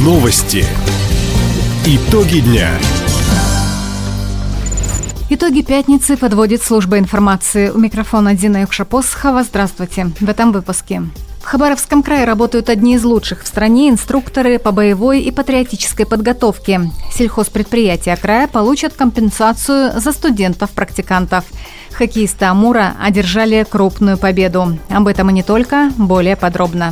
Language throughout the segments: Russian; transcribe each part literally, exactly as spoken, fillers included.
Новости. Итоги дня. Итоги пятницы подводит служба информации. У микрофона Дина Юкшапосхова. Здравствуйте. В этом выпуске. В Хабаровском крае работают одни из лучших в стране инструкторы по боевой и патриотической подготовке. Сельхозпредприятия края получат компенсацию за студентов-практикантов. Хоккеисты Амура одержали крупную победу. Об этом и не только, более подробно.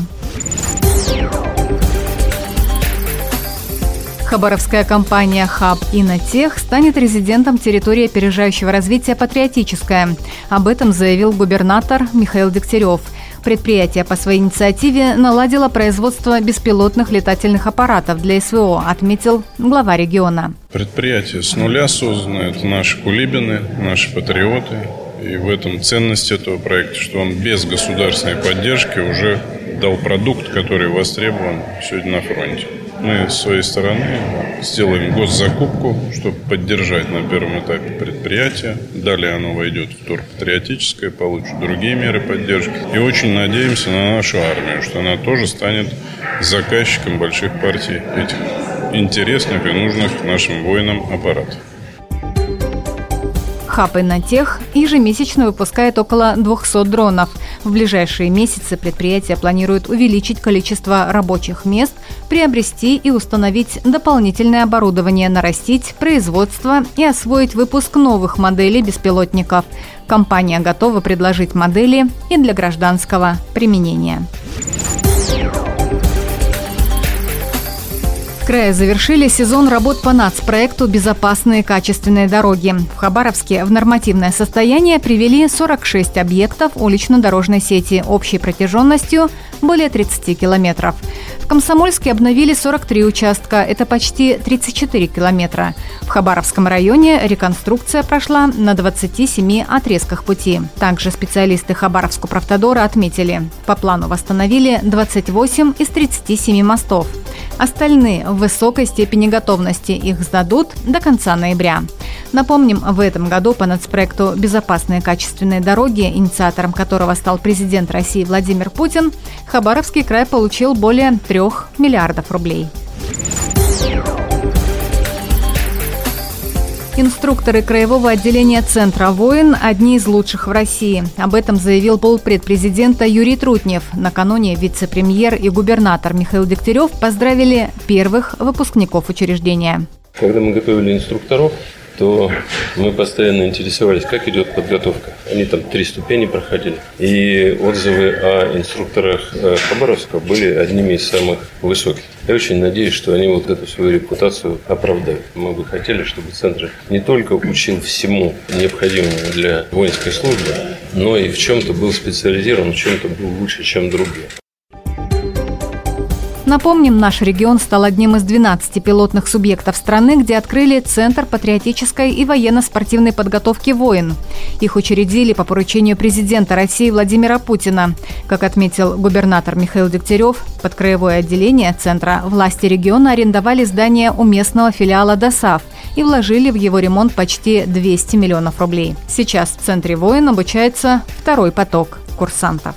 Хабаровская компания «Хаб Инотех» станет резидентом территории опережающего развития «Патриотическая». Об этом заявил губернатор Михаил Дегтярев. Предприятие по своей инициативе наладило производство беспилотных летательных аппаратов для СВО, отметил глава региона. Предприятие с нуля создано, это наши кулибины, наши патриоты. И в этом ценность этого проекта, что он без государственной поддержки уже дал продукт, который востребован сегодня на фронте. Мы с своей стороны сделаем госзакупку, чтобы поддержать на первом этапе предприятие. Далее оно войдет в тур патриотическое, получит другие меры поддержки. И очень надеемся на нашу армию, что она тоже станет заказчиком больших партий этих интересных и нужных нашим воинам аппаратов. «Хаб Инотех» ежемесячно выпускает около двухсот дронов. В ближайшие месяцы предприятие планирует увеличить количество рабочих мест, приобрести и установить дополнительное оборудование, нарастить производство и освоить выпуск новых моделей беспилотников. Компания готова предложить модели и для гражданского применения. В крае завершили сезон работ по нацпроекту «Безопасные качественные дороги». В Хабаровске в нормативное состояние привели сорок шесть объектов улично-дорожной сети общей протяженностью более тридцати километров. В Комсомольске обновили сорок три участка, это почти тридцать четыре километра. В Хабаровском районе реконструкция прошла на двадцати семи отрезках пути. Также специалисты Хабаровску-Правтодора отметили, по плану восстановили двадцать восемь из тридцати семи мостов. Остальные в высокой степени готовности, их сдадут до конца ноября. Напомним, в этом году по нацпроекту «Безопасные качественные дороги», инициатором которого стал президент России Владимир Путин, Хабаровский край получил более трех миллиардов рублей. Инструкторы краевого отделения Центра «Воин» – одни из лучших в России. Об этом заявил полпред президента Юрий Трутнев. Накануне вице-премьер и губернатор Михаил Дегтярев поздравили первых выпускников учреждения. Когда мы готовили инструкторов, то мы постоянно интересовались, как идет подготовка. Они там три ступени проходили. И отзывы о инструкторах Хабаровска были одними из самых высоких. Я очень надеюсь, что они вот эту свою репутацию оправдают. Мы бы хотели, чтобы центр не только учил всему необходимому для воинской службы, но и в чем-то был специализирован, в чем-то был лучше, чем другие. Напомним, наш регион стал одним из двенадцати пилотных субъектов страны, где открыли Центр патриотической и военно-спортивной подготовки «Воин». Их учредили по поручению президента России Владимира Путина. Как отметил губернатор Михаил Дегтярев, под краевое отделение Центра власти региона арендовали здание у местного филиала ДОСААФ и вложили в его ремонт почти двести миллионов рублей. Сейчас в Центре «Воин» обучается второй поток курсантов.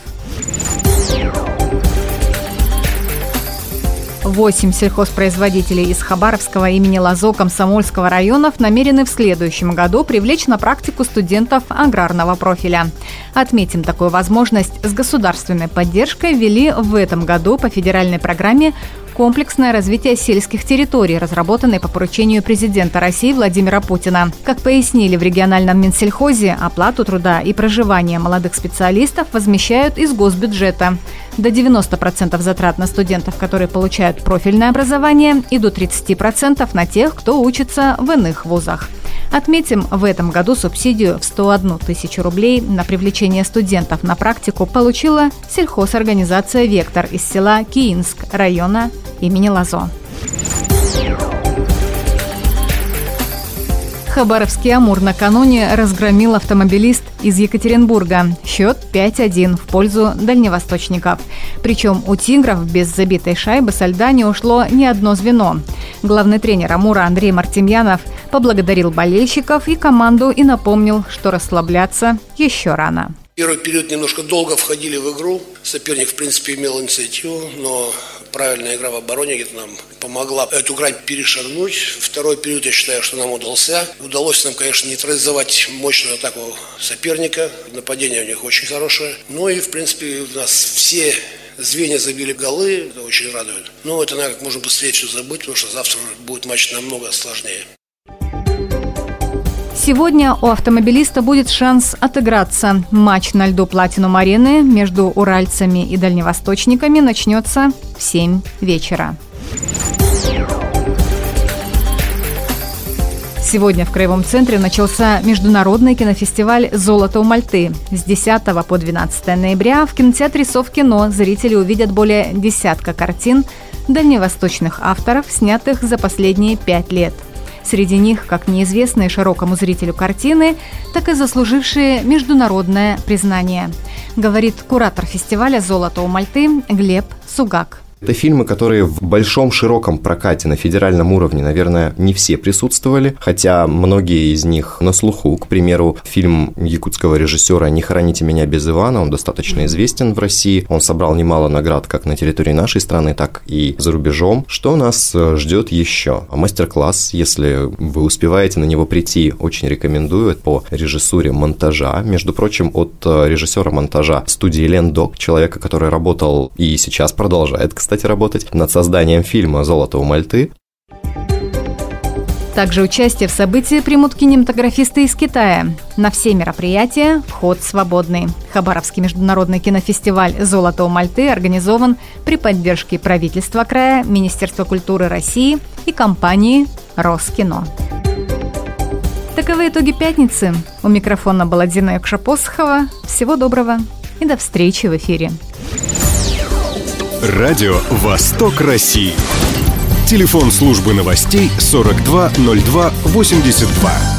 Восемь сельхозпроизводителей из Хабаровского имени Лозо Комсомольского районов намерены в следующем году привлечь на практику студентов аграрного профиля. Отметим, такую возможность с государственной поддержкой ввели в этом году по федеральной программе «Комплексное развитие сельских территорий», разработанной по поручению президента России Владимира Путина. Как пояснили в региональном Минсельхозе, оплату труда и проживания молодых специалистов возмещают из госбюджета. До девяноста процентов затрат на студентов, которые получают профильное образование, и до тридцати процентов на тех, кто учится в иных вузах. Отметим, в этом году субсидию в сто одну тысячу рублей на привлечение студентов на практику получила сельхозорганизация «Вектор» из села Киинск района имени Лозо. Хабаровский «Амур» накануне разгромил автомобилист из Екатеринбурга. Счет пять один в пользу дальневосточников. Причем у «Тигров» без забитой шайбы со льда не ушло ни одно звено. Главный тренер «Амура» Андрей Мартемьянов поблагодарил болельщиков и команду и напомнил, что расслабляться еще рано. Первый период немножко долго входили в игру. Соперник, в принципе, имел инициативу, но правильная игра в обороне где-то нам помогла эту грань перешагнуть. Второй период, я считаю, что нам удался. Удалось нам, конечно, нейтрализовать мощную атаку соперника. Нападение у них очень хорошее. Ну и, в принципе, у нас все звенья забили голы. Это очень радует. Но это надо как можно быстрее все забыть, потому что завтра будет матч намного сложнее. Сегодня у автомобилиста будет шанс отыграться. Матч на льду Платинум-арены между уральцами и дальневосточниками начнется в семь вечера. Сегодня в Краевом центре начался международный кинофестиваль «Золото у Мальты». С десятого по двенадцатое ноября в кинотеатре «Совкино» зрители увидят более десятка картин дальневосточных авторов, снятых за последние пять лет. Среди них как неизвестные широкому зрителю картины, так и заслужившие международное признание, говорит куратор фестиваля «Золото у Мальты» Глеб Сугак. Это фильмы, которые в большом, широком прокате на федеральном уровне, наверное, не все присутствовали, хотя многие из них на слуху. К примеру, фильм якутского режиссера «Не хороните меня без Ивана», он достаточно известен в России. Он собрал немало наград как на территории нашей страны, так и за рубежом. Что нас ждет еще? Мастер-класс, если вы успеваете на него прийти, очень рекомендую, по режиссуре монтажа. Между прочим, от режиссера монтажа студии «Лендок», человека, который работал и сейчас продолжает, кстати, кстати, работать над созданием фильма «Золото у Мальты». Также участие в событии примут кинематографисты из Китая. На все мероприятия вход свободный. Хабаровский международный кинофестиваль «Золото у Мальты» организован при поддержке правительства края, Министерства культуры России и компании «Роскино». Таковы итоги пятницы. У микрофона была Дина Якша-Посохова. Всего доброго и до встречи в эфире. Радио «Восток России». Телефон службы новостей сорок два ноль два восемьдесят два.